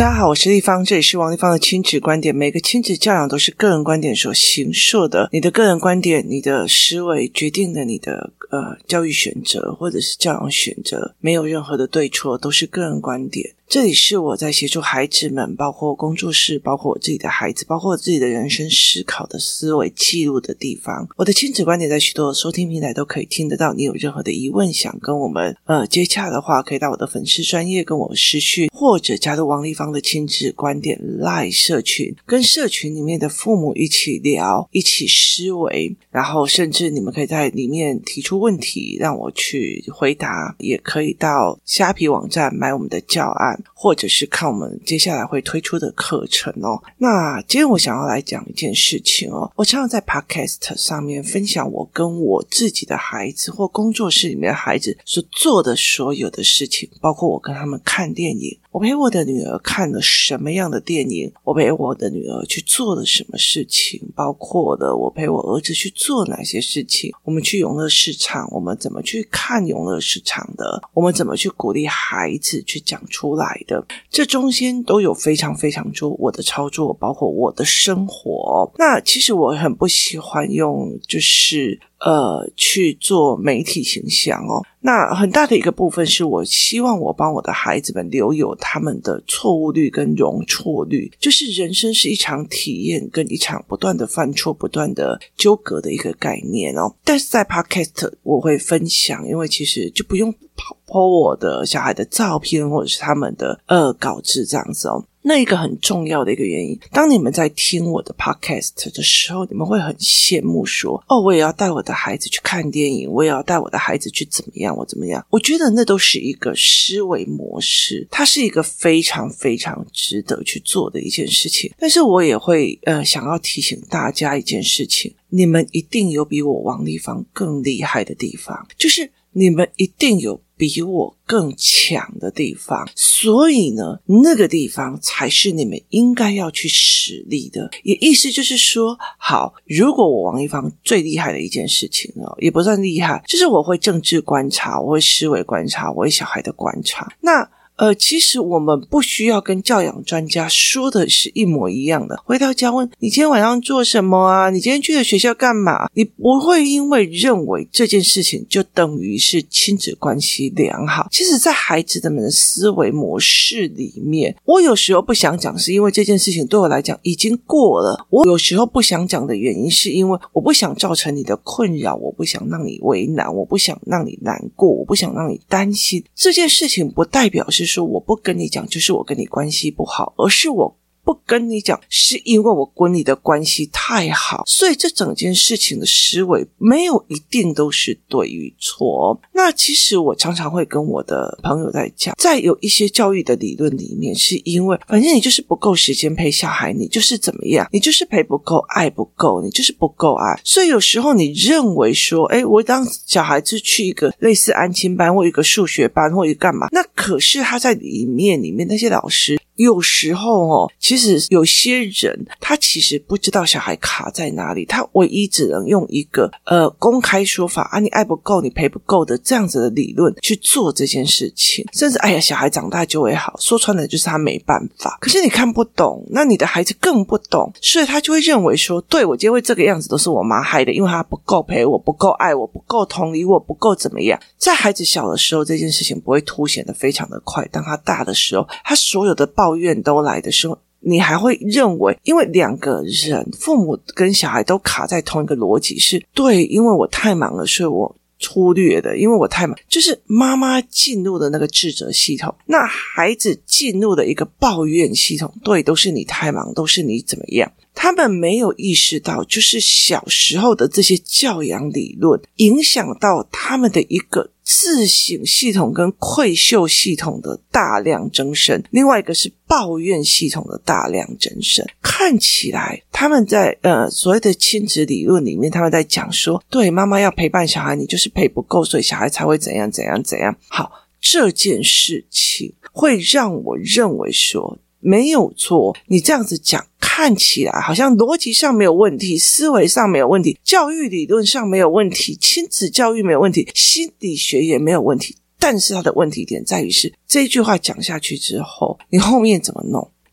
大家好，我是立方，这里是王立方的亲子观点。每个亲子教养都是个人观点所形塑的，你的个人观点，你的思维决定了你的教育选择或者是教养选择，没有任何的对错，都是个人观点。这里是我在协助孩子们，包括工作室，包括我自己的孩子，包括我自己的人生思考的思维记录的地方。我的亲子观点在许多的收听平台都可以听得到。你有任何的疑问想跟我们接洽的话，可以到我的粉丝专页跟我私讯，或者加入王立方的亲子观点 LINE 社群，跟社群里面的父母一起聊，一起思维，然后甚至你们可以在里面提出问题让我去回答，也可以到虾皮网站买我们的教案，或者是看我们接下来会推出的课程哦。那今天我想要来讲一件事情哦，我常常在 Podcast 上面分享我跟我自己的孩子或工作室里面的孩子所做的所有的事情，包括我跟他们看电影，我陪我的女儿看了什么样的电影，我陪我的女儿去做了什么事情，包括了我陪我儿子去做哪些事情，我们去永乐市场，我们怎么去看永乐市场的，我们怎么去鼓励孩子去讲出来的，这中间都有非常非常多我的操作，包括我的生活。那其实我很不喜欢用去做媒体形象哦。那很大的一个部分是我希望我帮我的孩子们留有他们的错误率跟容错率，就是人生是一场体验跟一场不断的犯错不断的纠葛的一个概念哦。但是在 Podcast 我会分享，因为其实就不用po我的小孩的照片或者是他们的稿子这样子哦。那一个很重要的一个原因，当你们在听我的 podcast 的时候，你们会很羡慕说，我也要带我的孩子去看电影，我也要带我的孩子去怎么样，我怎么样。我觉得那都是一个思维模式，它是一个非常非常值得去做的一件事情。但是我也会想要提醒大家一件事情，你们一定有比我王立方更厉害的地方，就是你们一定有比我更强的地方，所以呢，那个地方才是你们应该要去实力的。也意思就是说，好，如果我王一方最厉害的一件事情哦，也不算厉害，就是我会政治观察，我会思维观察，我会小孩的观察。那其实我们不需要跟教养专家说的是一模一样的。回到家问你今天晚上做什么啊？你今天去了学校干嘛？你不会因为认为这件事情就等于是亲子关系良好。其实在孩子们的思维模式里面，我有时候不想讲是因为这件事情对我来讲已经过了，我有时候不想讲的原因是因为我不想造成你的困扰，我不想让你为难，我不想让你难过，我不想让你担心。这件事情不代表是说我不跟你讲就是我跟你关系不好，而是我不跟你讲是因为我跟你的关系太好，所以这整件事情的思维没有一定都是对与错。那其实我常常会跟我的朋友在讲，在有一些教育的理论里面，是因为反正你就是不够时间陪小孩，你就是怎么样，你就是陪不够，爱不够，你就是不够爱。所以有时候你认为说我当小孩子去一个类似安亲班或一个数学班或一个干嘛，那可是他在里面那些老师有时候其实有些人他其实不知道小孩卡在哪里，他唯一只能用一个公开说法啊，你爱不够，你陪不够的这样子的理论去做这件事情，甚至小孩长大就会好，说穿了就是他没办法。可是你看不懂，那你的孩子更不懂，所以他就会认为说，对，我今天会这个样子都是我妈害的，因为他不够陪我，不够爱我，不够同理我，不够怎么样。在孩子小的时候，这件事情不会凸显得非常的快，当他大的时候，他所有的抱怨都来的时候，你还会认为因为两个人父母跟小孩都卡在同一个逻辑，是对，因为我太忙了，所以我忽略的，因为我太忙，就是妈妈进入的那个自责系统，那孩子进入的一个抱怨系统，对，都是你太忙，都是你怎么样。他们没有意识到，就是小时候的这些教养理论影响到他们的一个自省系统跟愧疚系统的大量增生，另外一个是抱怨系统的大量增生。看起来他们在所谓的亲子理论里面，他们在讲说，对，妈妈要陪伴小孩，你就是陪不够，所以小孩才会怎样怎样怎样。好，这件事情会让我认为说没有错，你这样子讲看起来好像逻辑上没有问题，思维上没有问题，教育理论上没有问题，亲子教育没有问题，心理学也没有问题，但是它的问题点在于是这句话讲下去之后，你后面怎么弄？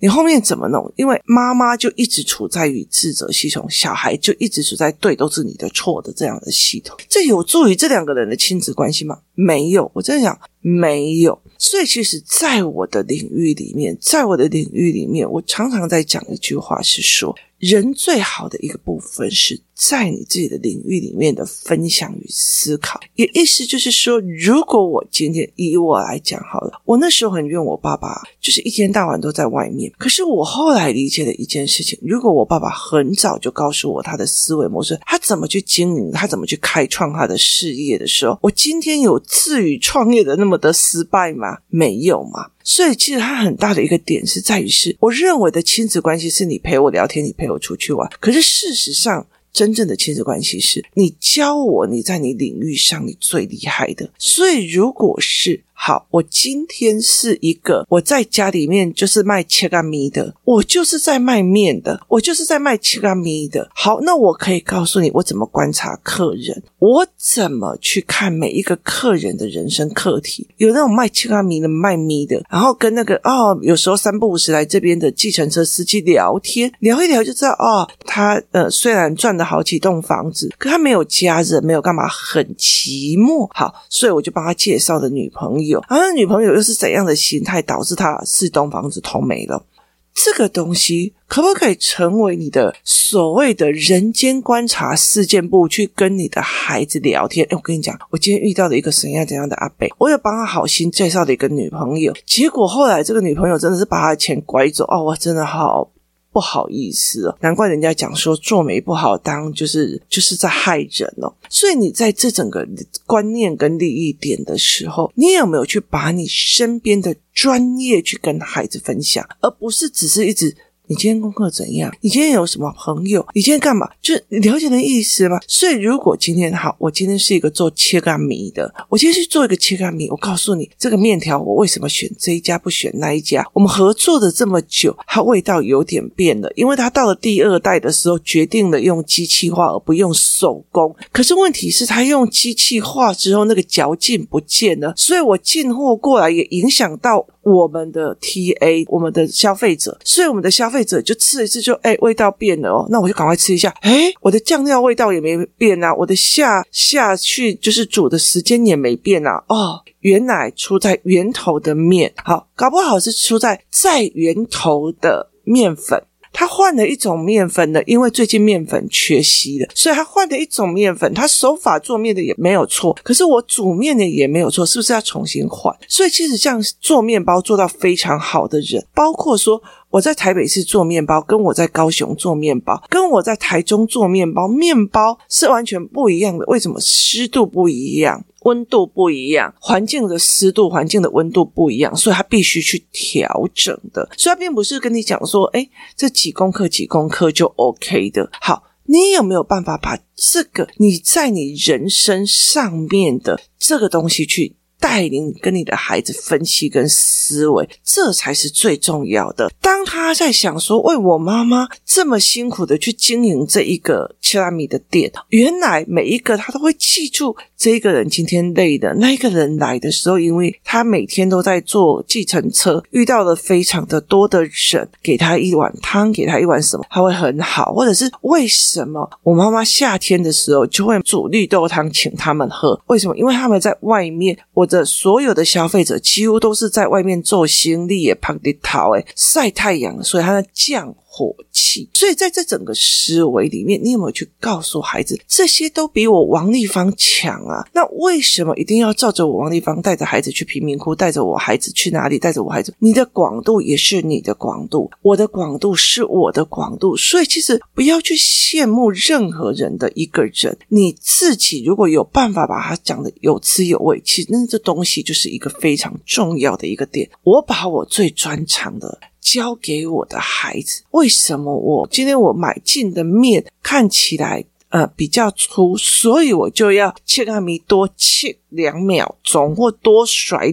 你后面怎么弄？因为妈妈就一直处在于自责系统，小孩就一直处在对都是你的错的这样的系统，这有助于这两个人的亲子关系吗？没有，我真的讲没有。所以其实在我的领域里面，我常常在讲一句话是说，人最好的一个部分是在你自己的领域里面的分享与思考。也意思就是说，如果我今天以我来讲好了，我那时候很怨我爸爸就是一天到晚都在外面，可是我后来理解了一件事情，如果我爸爸很早就告诉我他的思维模式，他怎么去经营，他怎么去开创他的事业的时候，我今天有至于创业的那么的失败吗？没有嘛。所以其实它很大的一个点是在于是，我认为的亲子关系是你陪我聊天，你陪我出去玩，可是事实上真正的亲子关系是你教我你在你领域上你最厉害的。所以如果是好，我今天是一个我在家里面就是卖切干米的，我就是在卖面的，我就是在卖切干米的。好，那我可以告诉你我怎么观察客人，我怎么去看每一个客人的人生课题。有那种卖切干米的卖米的，然后跟那个有时候3不5时来这边的计程车司机聊天，聊一聊就知道他虽然赚了好几栋房子，可他没有家人，没有干嘛，很寂寞。好，所以我就帮他介绍的女朋友，然后女朋友又是怎样的心态导致他4栋房子都没了。这个东西可不可以成为你的所谓的人间观察事件簿，去跟你的孩子聊天？我跟你讲，我今天遇到的一个怎样的阿伯，我有帮他好心介绍的一个女朋友，结果后来这个女朋友真的是把他的钱拐走，我真的好不好意思哦，难怪人家讲说做媒不好当，就是在害人哦。所以你在这整个观念跟利益点的时候，你有没有去把你身边的专业去跟孩子分享，而不是只是一直你今天功课怎样，你今天有什么朋友，你今天干嘛，就了解的意思吗？所以如果今天好，我今天是一个做切干米的，我今天去做一个切干米，我告诉你这个面条我为什么选这一家不选那一家，我们合作的这么久，它味道有点变了，因为它到了第2代的时候决定了用机器化而不用手工，可是问题是它用机器化之后那个嚼劲不见了，所以我进货过来也影响到我们的 TA 我们的消费者，所以我们的消费者就吃了一次就味道变了哦，那我就赶快吃一下，我的酱料味道也没变啊，我的下去就是煮的时间也没变啊，原来出在源头的面，好，搞不好是出在源头的面粉，他换了一种面粉呢，因为最近面粉缺席了，所以他换了一种面粉，他手法做面的也没有错，可是我煮面的也没有错，是不是要重新换？所以其实像做面包做到非常好的人，包括说我在台北市做面包，跟我在高雄做面包，跟我在台中做面包，面包是完全不一样的。为什么？湿度不一样，温度不一样，环境的湿度环境的温度不一样，所以它必须去调整的。所以它并不是跟你讲说这几公克就 OK 的。好，你有没有办法把这个你在你人生上面的这个东西去带领跟你的孩子分析跟思维，这才是最重要的。当他在想说为我妈妈这么辛苦的去经营这一个切拉米的店，原来每一个他都会记住这个人今天累的，那一个人来的时候，因为他每天都在坐计程车，遇到了非常的多的人，给他一碗汤，给他一碗什么，他会很好。或者是为什么我妈妈夏天的时候就会煮绿豆汤请他们喝，为什么？因为他们在外面，我的所有的消费者几乎都是在外面做生意的晒日头的晒太阳，所以他在降火气。所以在这整个思维里面，你有没有去告诉孩子，这些都比我王丽芳强啊，那为什么一定要照着我王丽芳带着孩子去贫民窟，带着我孩子去哪里，带着我孩子，你的广度也是你的广度，我的广度是我的广度。所以其实不要去羡慕任何人的一个人，你自己如果有办法把它讲的有滋有味，其实那这东西就是一个非常重要的一个点。我把我最专长的交给我的孩子，为什么我今天我买进的面看起来比较粗，所以我就要切干米多切2秒钟或多甩2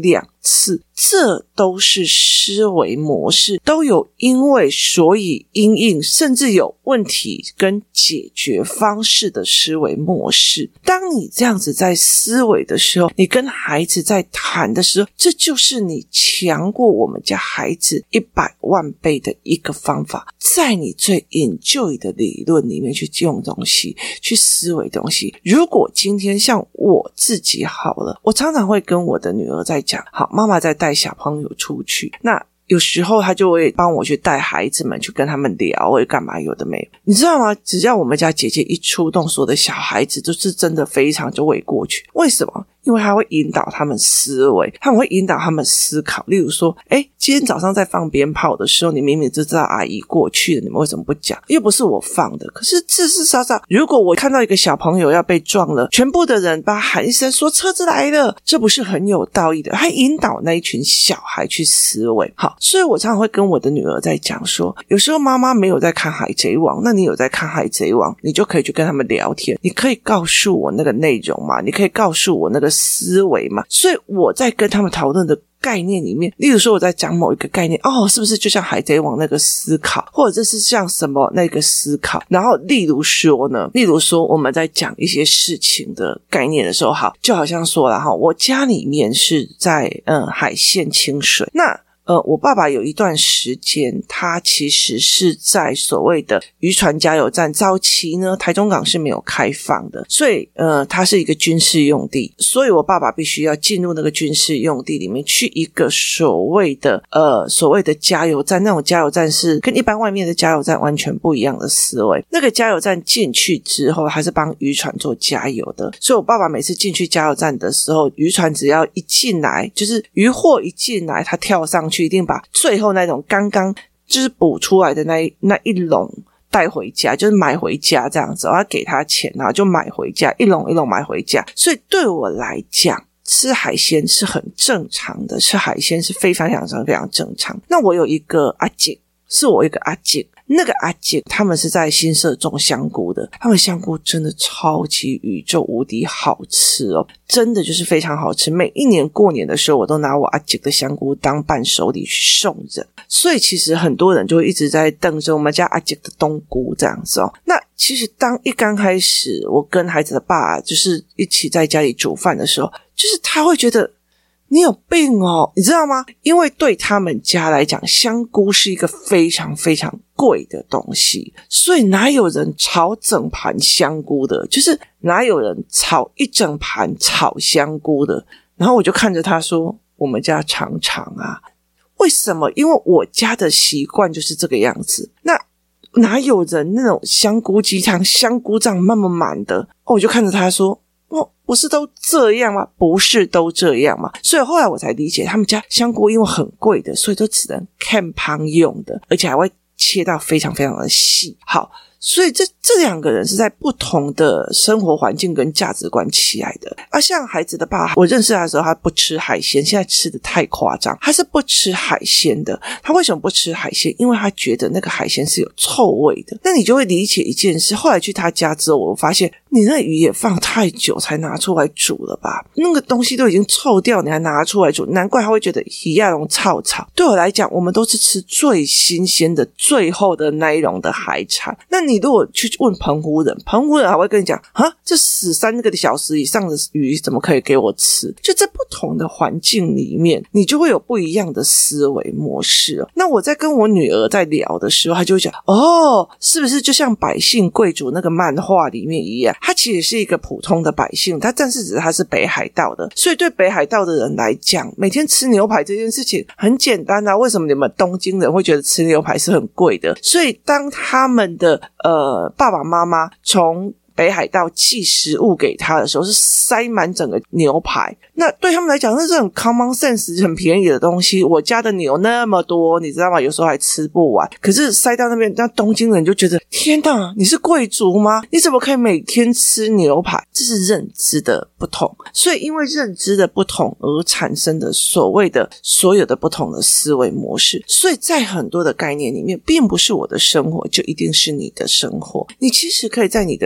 次，这都是思维模式，都有因为所以因应，甚至有问题跟解决方式的思维模式。当你这样子在思维的时候，你跟孩子在谈的时候，这就是你强过我们家孩子100万倍的一个方法，在你最 enjoy 的理论里面去用东西，去思维东西。如果今天像我自己好了，我常常会跟我的女儿在讲，好，妈妈在带小朋友出去，那有时候他就会帮我去带孩子们去跟他们聊，会干嘛有的没有，你知道吗？只要我们家姐姐一出动，所有的小孩子都是真的非常就围过去。为什么？因为他会引导他们思维，他们会引导他们思考。例如说，今天早上在放鞭炮的时候，你明明就知道阿姨过去了，你们为什么不讲？又不是我放的。可是至少如果我看到一个小朋友要被撞了，全部的人把他喊一声说车子来了，这不是很有道义的？他引导那一群小孩去思维。好，所以我常常会跟我的女儿在讲说，有时候妈妈没有在看海贼王，那你有在看海贼王，你就可以去跟他们聊天，你可以告诉我那个内容嘛，你可以告诉我那个思维嘛。所以我在跟他们讨论的概念里面，例如说我在讲某一个概念，是不是就像海贼王那个思考，或者这是像什么那个思考。然后例如说我们在讲一些事情的概念的时候，好，就好像说了我家里面是在海线清水，那我爸爸有一段时间他其实是在所谓的渔船加油站，早期呢台中港是没有开放的，所以它是一个军事用地，所以我爸爸必须要进入那个军事用地里面去一个所谓的加油站。那种加油站是跟一般外面的加油站完全不一样的思维。那个加油站进去之后，它是帮渔船做加油的，所以我爸爸每次进去加油站的时候，渔船只要一进来，就是渔货一进来，他跳上去一定把最后那种刚刚就是捕出来的那一笼带回家，就是买回家这样子，我要给他钱，然后就买回家，一笼一笼买回家。所以对我来讲，吃海鲜是很正常的，吃海鲜是非常非常正常。那我有一个阿姐，那个阿姐他们是在新社种香菇的，他们香菇真的超级宇宙无敌好吃哦，真的就是非常好吃。每一年过年的时候，我都拿我阿姐的香菇当伴手礼去送人，所以其实很多人就会一直在等着我们家阿姐的冬菇这样子哦。那其实刚开始我跟孩子的爸就是一起在家里煮饭的时候，就是他会觉得你有病哦，你知道吗？因为对他们家来讲，香菇是一个非常非常贵的东西，所以哪有人炒整盘香菇的，就是哪有人炒一整盘炒香菇的。然后我就看着他说，我们家常常啊。为什么？因为我家的习惯就是这个样子。那哪有人那种香菇鸡汤香菇这样慢慢满的，我就看着他说，不是都这样吗？不是都这样吗？所以后来我才理解，他们家香菇因为很贵的，所以都只能看旁用的，而且还会切到非常非常的细。好，所以这两个人是在不同的生活环境跟价值观起来的。像孩子的爸，我认识他的时候他不吃海鲜，现在吃的太夸张，他是不吃海鲜的。他为什么不吃海鲜？因为他觉得那个海鲜是有臭味的。那你就会理解一件事，后来去他家之后，我发现你那鱼也放太久才拿出来煮了吧，那个东西都已经臭掉，你还拿出来煮，难怪他会觉得鱼亚龙臭臭。对我来讲，我们都是吃最新鲜的最后的那一笼的海产。那你如果去问澎湖人还会跟你讲，这死3个小时以上的鱼怎么可以给我吃？就在不同的环境里面，你就会有不一样的思维模式。那我在跟我女儿在聊的时候，她就会讲，是不是就像百姓贵族那个漫画里面一样，他其实是一个普通的百姓，但是他是北海道的，所以对北海道的人来讲，每天吃牛排这件事情很简单啊。为什么你们东京人会觉得吃牛排是很贵的？所以当他们的爸爸妈妈从北海道寄食物给他的时候，是塞满整个牛排。那对他们来讲，那是很 common sense 很便宜的东西。我家的牛那么多，你知道吗？有时候还吃不完。可是塞到那边，那东京人就觉得，天哪，你是贵族吗？你怎么可以每天吃牛排？这是认知的不同。所以因为认知的不同而产生的所谓的所有的不同的思维模式。所以在很多的概念里面，并不是我的生活就一定是你的生活。你其实可以在你的领域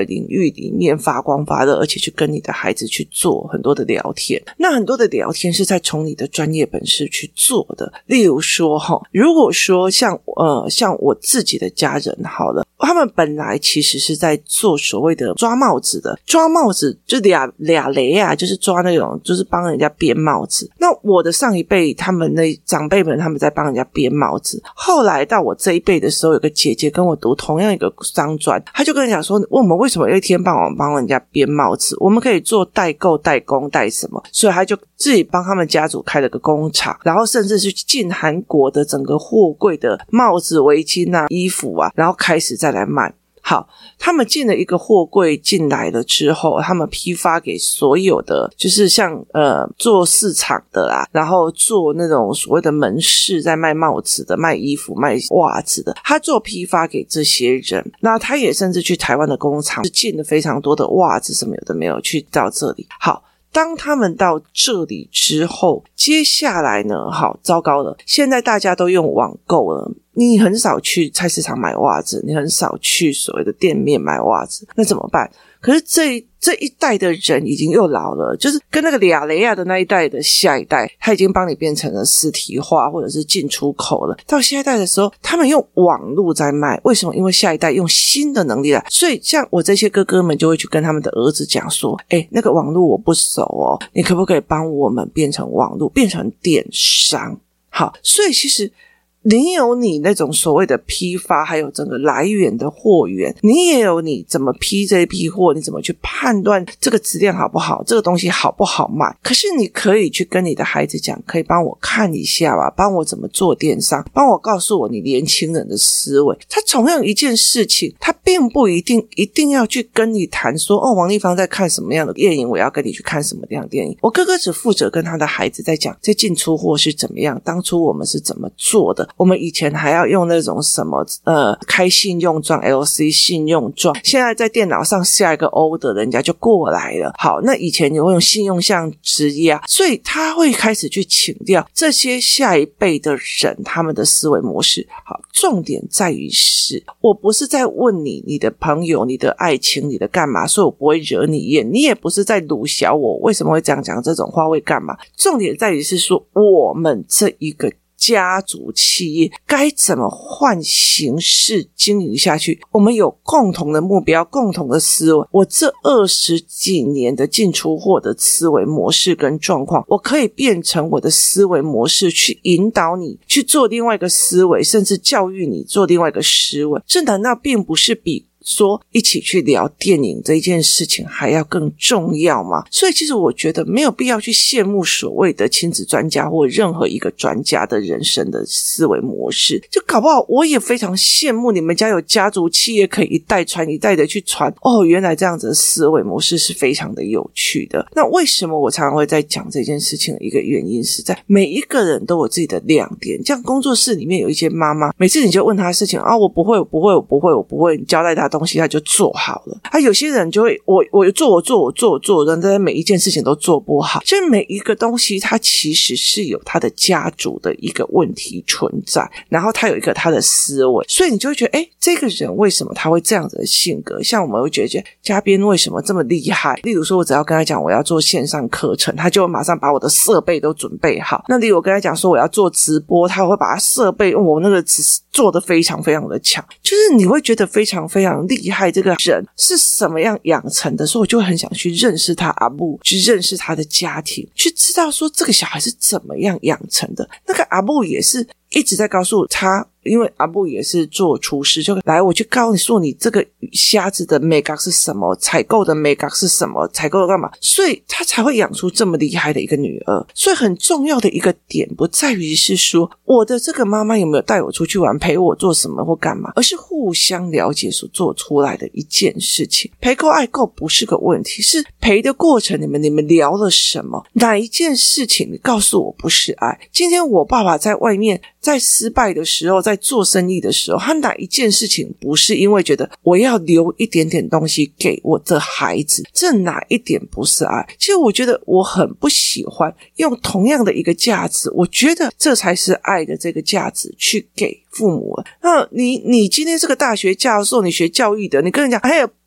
域里面发光发热，而且去跟你的孩子去做很多的聊天。那很多的聊天是在从你的专业本事去做的。例如说如果说像我自己的家人好了，他们本来其实是在做所谓的抓帽子的，抓帽子就俩雷啊，就是抓那种就是帮人家编帽子。那我的上一辈他们那长辈们他们在帮人家编帽子，后来到我这一辈的时候，有个姐姐跟我读同样一个商专，她就跟人讲说，我们为什么有一天帮人家编帽子，我们可以做代购代工代什么，所以她就自己帮他们家族开了个工厂，然后甚至是进韩国的整个货柜的帽子围巾啊衣服啊，然后开始再来卖。好，他们进了一个货柜进来了之后，他们批发给所有的就是像做市场的啦，然后做那种所谓的门市在卖帽子的卖衣服卖袜子的，他做批发给这些人。那他也甚至去台湾的工厂进了非常多的袜子什么有的没有去到这里。好，当他们到这里之后，接下来呢，好糟糕了，现在大家都用网购了，你很少去菜市场买袜子，你很少去所谓的店面买袜子，那怎么办？可是这一代的人已经又老了，就是跟那个俩雷亚的那一代的下一代，他已经帮你变成了实体化或者是进出口了。到下一代的时候，他们用网络在卖，为什么？因为下一代用新的能力来，所以像我这些哥哥们就会去跟他们的儿子讲说，那个网络我不熟哦，你可不可以帮我们变成网络，变成电商？好，所以其实你有你那种所谓的批发，还有整个来源的货源，你也有你怎么批这一批货，你怎么去判断这个质量好不好，这个东西好不好卖。可是你可以去跟你的孩子讲，可以帮我看一下吧，帮我怎么做电商，帮我告诉我你年轻人的思维。他同样一件事情，他并不一定要去跟你谈说，王立芳在看什么样的电影，我要跟你去看什么样的电影。我哥哥只负责跟他的孩子在讲这进出货是怎么样，当初我们是怎么做的。我们以前还要用那种什么开信用状 LC 信用状，现在在电脑上下一个 order 人家就过来了。好，那以前你会用信用像质押，所以他会开始去请教这些下一辈的人他们的思维模式。好，重点在于是我不是在问你的朋友你的爱情你的干嘛，所以我不会惹你厌，你也不是在鲁小我为什么会这样讲这种话会干嘛。重点在于是说我们这一个家族企业该怎么换形式经营下去，我们有共同的目标共同的思维。我这20几年的进出货的思维模式跟状况，我可以变成我的思维模式去引导你去做另外一个思维，甚至教育你做另外一个思维。这难道并不是比说一起去聊电影这一件事情还要更重要吗？所以其实我觉得没有必要去羡慕所谓的亲子专家或任何一个专家的人生的思维模式，就搞不好我也非常羡慕你们家有家族企业可以一代传一代的去传，原来这样子的思维模式是非常的有趣的。那为什么我常常会在讲这件事情的一个原因是在每一个人都有自己的亮点。像工作室里面有一些妈妈，每次你就问她事情我不会，你交代她东西他就做好了。有些人就会我做，但在每一件事情都做不好。所以每一个东西它其实是有他的家族的一个问题存在，然后他有一个他的思维，所以你就会觉得这个人为什么他会这样子的性格。像我们会觉得嘉宾为什么这么厉害，例如说我只要跟他讲我要做线上课程，他就马上把我的设备都准备好。那例如我跟他讲说我要做直播，他会把他设备我那个做得非常非常的强，就是你会觉得非常非常厉害，这个人是什么样养成的，所以我就会很想去认识他阿布，去认识他的家庭，去知道说这个小孩是怎么样养成的。那个阿布也是一直在告诉他，因为阿布也是做厨师，就来我去告诉你这个虾子的美感是什么，采购的美感是什么，采购的干嘛，所以他才会养出这么厉害的一个女儿。所以很重要的一个点不在于是说我的这个妈妈有没有带我出去玩，陪我做什么或干嘛，而是互相了解所做出来的一件事情。陪够爱够不是个问题，是陪的过程你们聊了什么，哪一件事情你告诉我不是爱。今天我爸爸在外面在失败的时候，在做生意的时候，他哪一件事情不是因为觉得我要留一点点东西给我的孩子，这哪一点不是爱？其实我觉得我很不喜欢用同样的一个价值，我觉得这才是爱的这个价值去给父母了。那你今天是个大学教授，你学教育的，你跟人家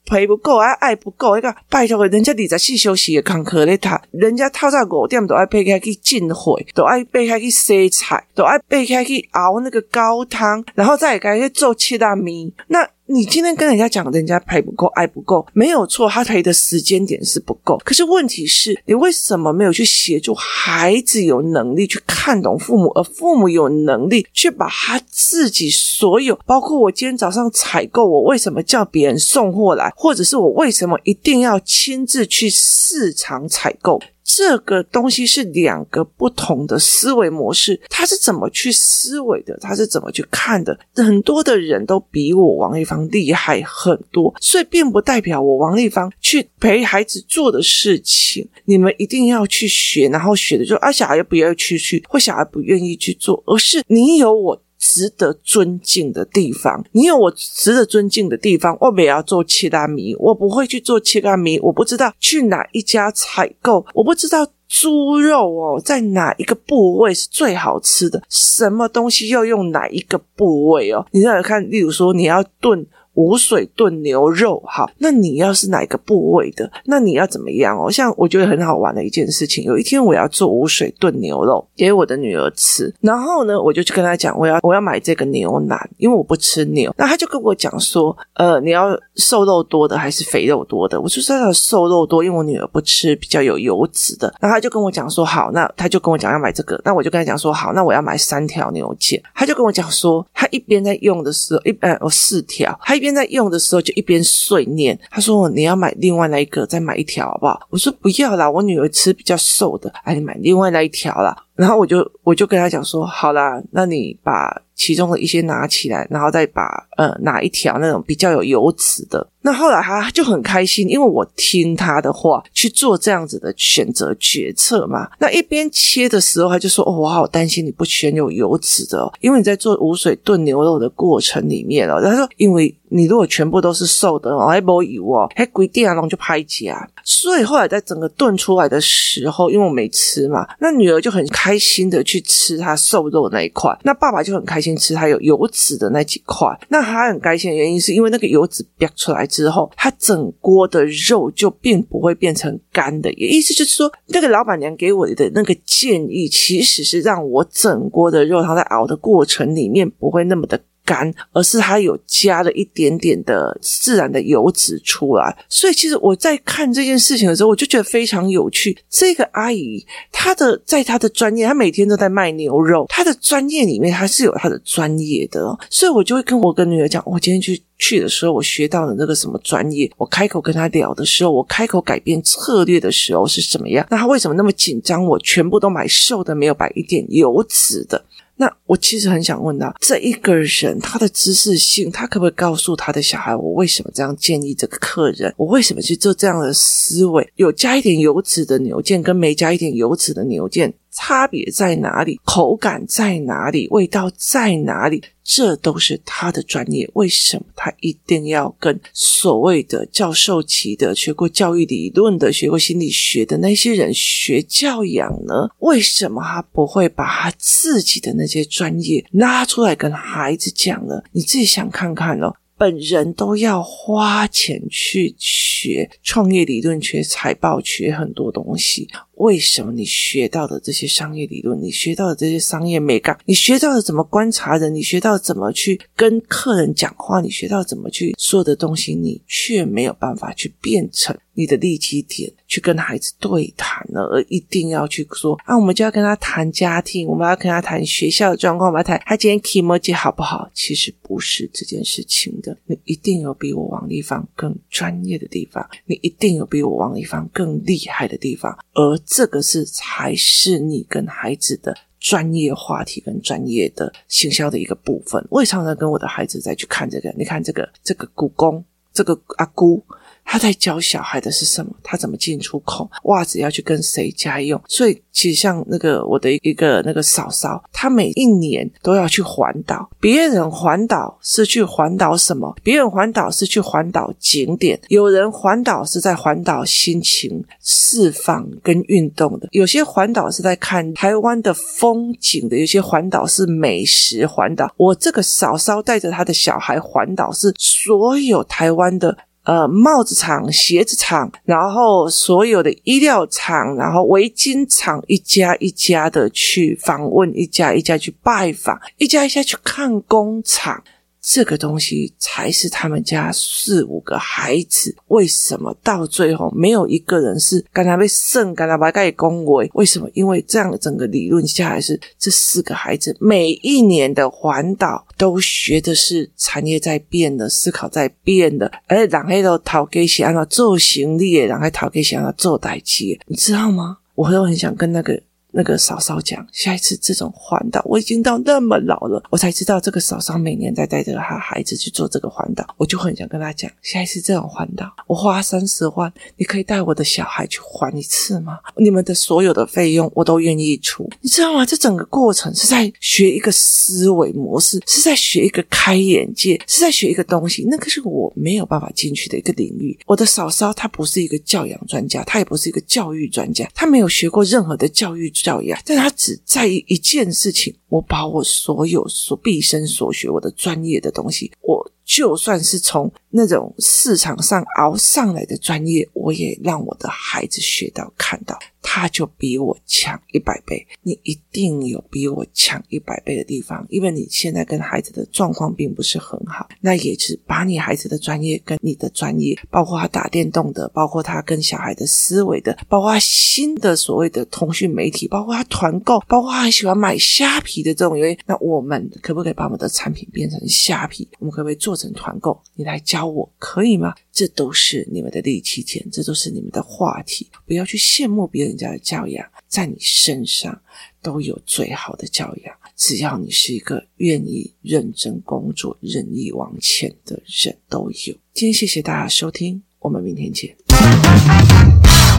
陪不够爱不够，那个拜托人家24小时的功课在读，人家透早5点都要爬起来去进会，都要爬起来去洗菜，都要爬起来去熬那个高汤，然后再赶快去做切大米。那你今天跟人家讲人家陪不够爱不够，没有错，他陪的时间点是不够，可是问题是你为什么没有去协助孩子有能力去看懂父母，而父母有能力去把他自己所有，包括我今天早上采购，我为什么叫别人送货来，或者是我为什么一定要亲自去市场采购，这个东西是2个不同的思维模式，他是怎么去思维的，他是怎么去看的，很多的人都比我王丽芳厉害很多，所以并不代表我王丽芳去陪孩子做的事情你们一定要去学，然后学的就小孩不要去或小孩不愿意去做，而是你有我值得尊敬的地方，你有我值得尊敬的地方，我不要做切拉米，我不会去做切拉米，我不知道去哪一家采购，我不知道猪肉在哪一个部位是最好吃的，什么东西要用哪一个部位你要看，例如说你要炖无水炖牛肉，好，那你要是哪一个部位的，那你要怎么样像我觉得很好玩的一件事情，有一天我要做无水炖牛肉给我的女儿吃，然后呢我就去跟她讲我要买这个牛腩，因为我不吃牛，那她就跟我讲说你要瘦肉多的还是肥肉多的，我就说要瘦肉多，因为我女儿不吃比较有油脂的，然后她就跟我讲说好，那她就跟我讲要买这个，那我就跟她讲说好，那我要买3条牛腱，她就跟我讲说她一边在用的时候4条，她一边在用的时候就一边碎念，她说你要买另外那一个再买1条好不好，我说不要啦，我女儿吃比较瘦的，你买另外那一条啦，然后我就跟她讲说好啦，那你把其中的一些拿起来，然后再把拿1条那种比较有油脂的，那后来他就很开心，因为我听他的话去做这样子的选择决策嘛。那一边切的时候他就说我好担心你不选有油脂的因为你在做无水炖牛肉的过程里面他说因为你如果全部都是瘦的还没油还规定啊就拍夹，所以后来在整个炖出来的时候，因为我没吃嘛，那女儿就很开心的去吃她瘦肉的那一块，那爸爸就很开心吃她有油脂的那几块，那他很开心的原因是因为那个油脂飙出来之后，他整锅的肉就并不会变成干的，也意思就是说那个老板娘给我的那个建议其实是让我整锅的肉它在熬的过程里面不会那么的干，而是它有加了一点点的自然的油脂出来。所以其实我在看这件事情的时候，我就觉得非常有趣。这个阿姨在她的专业，她每天都在卖牛肉，她的专业里面她是有她的专业的所以我就会跟我女儿讲，我今天去的时候我学到了那个什么专业，我开口跟她聊的时候，我开口改变策略的时候是什么样，那她为什么那么紧张，我全部都买瘦的，没有摆一点油脂的。那我其实很想问到这一个人他的知识性，他可不可以告诉他的小孩，我为什么这样建议这个客人，我为什么去做这样的思维，有加一点油脂的牛腱跟没加一点油脂的牛腱差别在哪里，口感在哪里，味道在哪里，这都是他的专业。为什么他一定要跟所谓的教授级的学过教育理论的学过心理学的那些人学教养呢？为什么他不会把他自己的那些专业拉出来跟孩子讲呢？你自己想看看本人都要花钱去学创业理论，学财报，学很多东西，为什么你学到的这些商业理论，你学到的这些商业美感，你学到的怎么观察人，你学到怎么去跟客人讲话，你学到怎么去所有的东西，你却没有办法去变成你的利基点去跟孩子对谈了，而一定要去说我们就要跟他谈家庭，我们要跟他谈学校的状况，我们要谈他今天 Kimoji 好不好，其实不是这件事情的。你一定有比我王丽芳更专业的地方，你一定有比我王丽芳更厉害的地方，而这个才是你跟孩子的专业话题跟专业的行销的一个部分。我也常常跟我的孩子再去看这个，你看这个姑公，这个阿姑，他在教小孩的是什么？他怎么进出口？袜子要去跟谁家用？所以其实像那个我的一个那个嫂嫂，她每一年都要去环岛。别人环岛是去环岛什么？别人环岛是去环岛景点，有人环岛是在环岛心情释放跟运动的，有些环岛是在看台湾的风景的，有些环岛是美食环岛。我这个嫂嫂带着她的小孩环岛是所有台湾的帽子厂、鞋子厂，然后所有的医疗厂，然后围巾厂，一家一家的去访问，一家一家去拜访，一家一家去看工厂。这个东西才是他们家4-5个孩子为什么到最后没有一个人是跟他被胜，跟他把他恭维？为什么？因为这样的整个理论下来是这4个孩子每一年的环岛都学的是产业在变的，思考在变的，而且人都讨给是按照做行李的，人还讨给是按照做代志，你知道吗？我都很想跟那个嫂嫂讲，下一次这种环岛，我已经到那么老了，我才知道这个嫂嫂每年在带着她孩子去做这个环岛，我就很想跟她讲，下一次这种环岛，我花30万，你可以带我的小孩去环一次吗？你们的所有的费用我都愿意出，你知道吗？这整个过程是在学一个思维模式，是在学一个开眼界，是在学一个东西，那个是我没有办法进去的一个领域。我的嫂嫂她不是一个教养专家，她也不是一个教育专家，她没有学过任何的教育但他只在意一件事情，我把我所有毕生所学我的专业的东西，我就算是从那种市场上熬上来的专业，我也让我的孩子学到看到，他就比我强100倍。你一定有比我强100倍的地方，因为你现在跟孩子的状况并不是很好，那也是把你孩子的专业跟你的专业，包括他打电动的，包括他跟小孩的思维的，包括他新的所谓的通讯媒体，包括他团购，包括他很喜欢买虾皮的这种原因，那我们可不可以把我们的产品变成虾皮？我们可不可以做成团购？你来教我可以吗？这都是你们的力气点，这都是你们的话题，不要去羡慕别人家的教养，在你身上都有最好的教养，只要你是一个愿意认真工作、任意往前的人都有。今天谢谢大家收听，我们明天见。